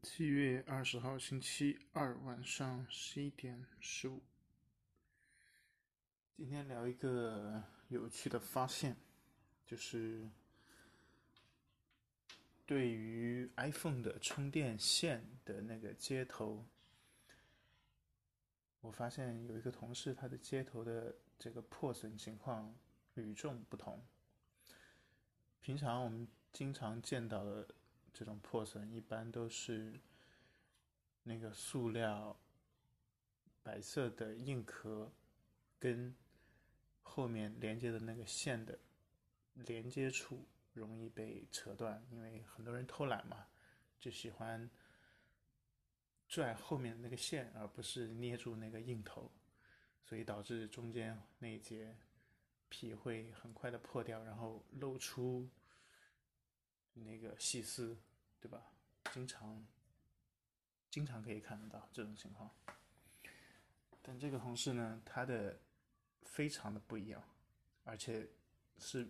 7月20号星期二晚上11点15。今天聊一个有趣的发现，就是对于 iPhone 的充电线的那个接头，我发现有一个同事他的接头的这个破损情况与众不同。平常我们经常见到的这种破损，一般都是那个塑料白色的硬壳跟后面连接的那个线的连接处容易被扯断，因为很多人偷懒嘛，就喜欢拽后面的那个线，而不是捏住那个硬头，所以导致中间那一节皮会很快的破掉，然后露出那个细丝，对吧？经常可以看得到这种情况。但这个同事呢，他的非常的不一样，而且是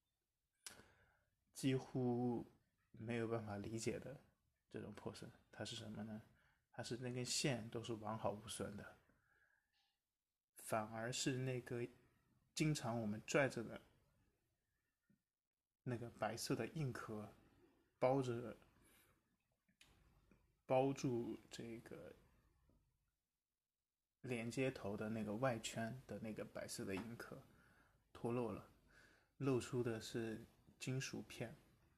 几乎没有办法理解的这种破损。它是什么呢？它是那根线都是完好无损的，反而是那个经常我们拽着的那个白色的硬壳包住这个连接头的那个外圈的那个白色的硬壳脱落了，露出的是金属片，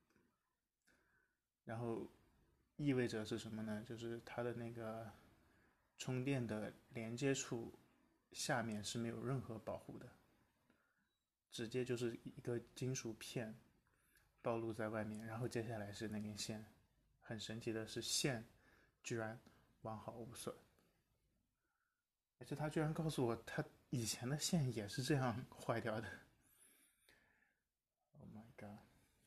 然后意味着是什么呢？就是它的那个充电的连接处下面是没有任何保护的，直接就是一个金属片暴露在外面，然后接下来是那根线。很神奇的是，线居然完好无损，而且他居然告诉我，他以前的线也是这样坏掉的。Oh my god！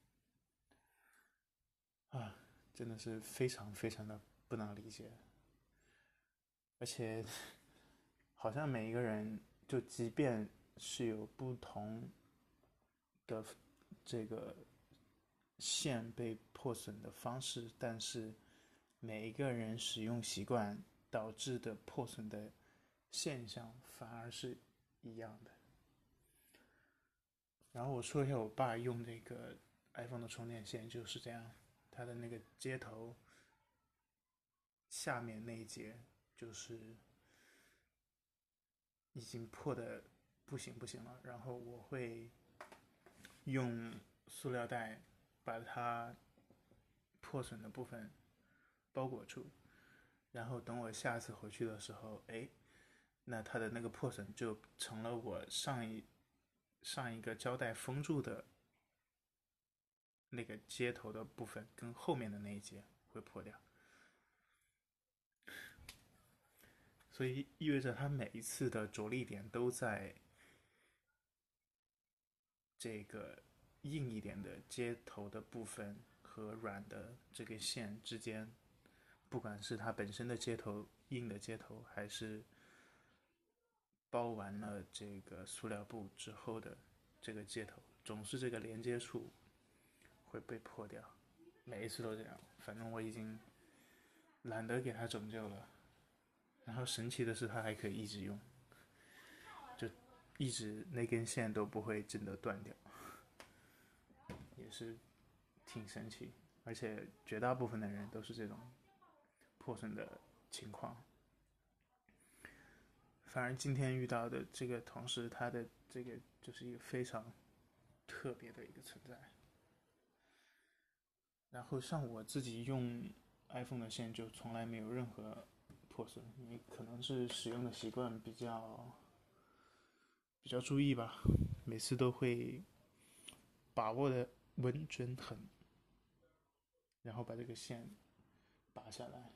啊，真的是非常非常的不能理解，而且好像每一个人，就即便是有不同的这个线被破损的方式，但是每一个人使用习惯导致的破损的现象反而是一样的。然后我说一下我爸用这个 iPhone 的充电线就是这样，它的那个接头下面那一节就是已经破的不行了，然后我会用塑料袋把它破损的部分包裹住，然后等我下次回去的时候，那它的那个破损就成了我上一个胶带封住的那个接头的部分跟后面的那一节会破掉，所以意味着它每一次的着力点都在这个硬一点的接头的部分和软的这个线之间，不管是它本身的接头硬的接头，还是包完了这个塑料布之后的这个接头，总是这个连接处会被破掉，每一次都这样。反正我已经懒得给它拯救了。然后神奇的是，它还可以一直用，就一直那根线都不会真的断掉，也是挺神奇。而且绝大部分的人都是这种破损的情况。反而今天遇到的这个同事，他的这个就是一个非常特别的一个存在。然后像我自己用 iPhone 的线就从来没有任何破损，因为可能是使用的习惯比较注意吧，每次都会把握的稳准狠，然后把这个线拔下来。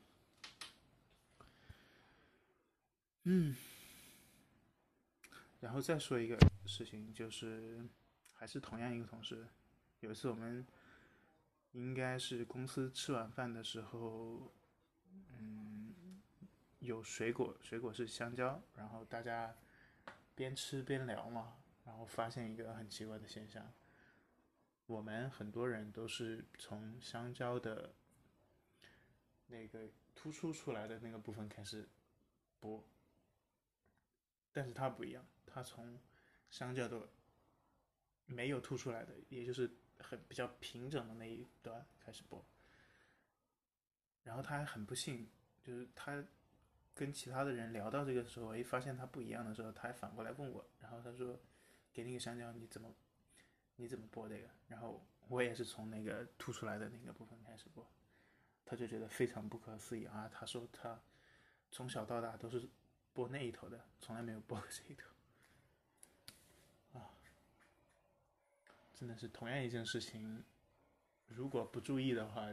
然后再说一个事情，就是还是同样一个同事，有一次我们应该是公司吃晚饭的时候，有水果，水果是香蕉，然后大家边吃边聊嘛，然后发现一个很奇怪的现象，我们很多人都是从香蕉的那个突出出来的那个部分开始播，但是它不一样，它从相较的没有凸出来的，也就是比较平整的那一段开始播。然后他还很不幸，就是他跟其他的人聊到这个时候，发现他不一样的时候，他还反过来问我，然后他说：“给那个香蕉你怎么播这个？”然后我也是从那个凸出来的那个部分开始播，他就觉得非常不可思议啊！他说他从小到大都是播那一头的，从来没有播过这一头啊！真的是同样一件事情，如果不注意的话，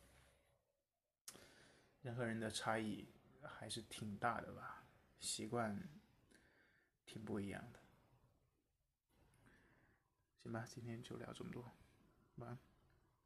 人和人的差异还是挺大的吧，习惯挺不一样的。行吧，今天就聊这么多，晚安。